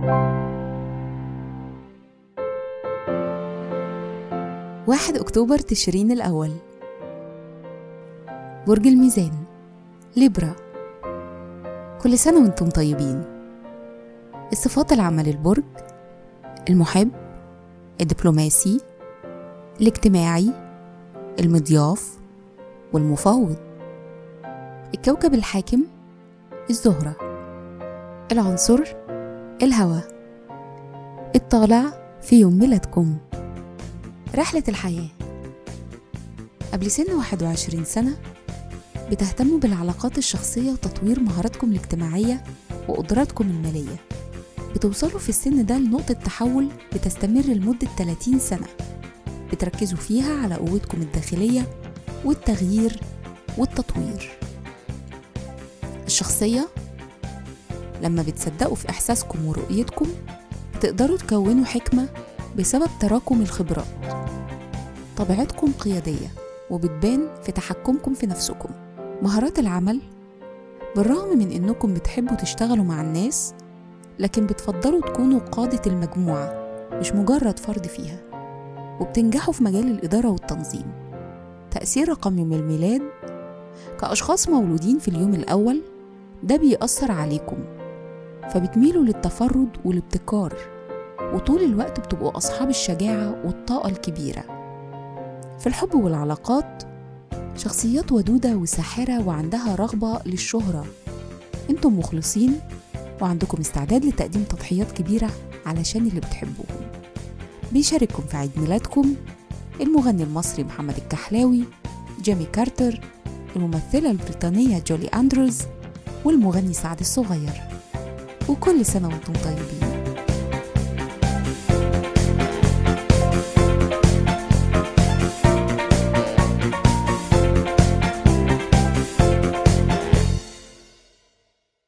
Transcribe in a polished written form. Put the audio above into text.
واحد أكتوبر تشرين الأول. برج الميزان، ليبرا. كل سنة وانتم طيبين. الصفات العامة للبرج: المحب، الدبلوماسي، الاجتماعي، المضياف، والمفاوض. الكوكب الحاكم: الزهرة. العنصر: الهواء. الطالع في يوم ميلادكم. رحلة الحياة: قبل سن 21 سنة بتهتموا بالعلاقات الشخصية وتطوير مهاراتكم الاجتماعية وقدراتكم المالية. بتوصلوا في السن ده لنقطة تحول بتستمر لمدة 30 سنة، بتركزوا فيها على قوتكم الداخلية والتغيير والتطوير. الشخصية: لما بتصدقوا في إحساسكم ورؤيتكم بتقدروا تكونوا حكمة بسبب تراكم الخبرات. طبيعتكم قيادية وبتبان في تحكمكم في نفسكم. مهارات العمل: بالرغم من إنكم بتحبوا تشتغلوا مع الناس، لكن بتفضلوا تكونوا قادة المجموعة مش مجرد فرد فيها، وبتنجحوا في مجال الإدارة والتنظيم. تأثير رقم يوم الميلاد: كأشخاص مولودين في اليوم الأول ده بيأثر عليكم، فبتميلوا للتفرد والابتكار، وطول الوقت بتبقوا أصحاب الشجاعة والطاقة الكبيرة. في الحب والعلاقات: شخصيات ودودة وساحرة وعندها رغبة للشهرة. انتم مخلصين وعندكم استعداد لتقديم تضحيات كبيرة علشان اللي بتحبوهم. بيشارككم في عيد ميلادكم المغني المصري محمد الكحلاوي، جيمي كارتر، الممثلة البريطانية جولي أندروز، والمغني سعد الصغير. وكل سنة وانتم طيبين.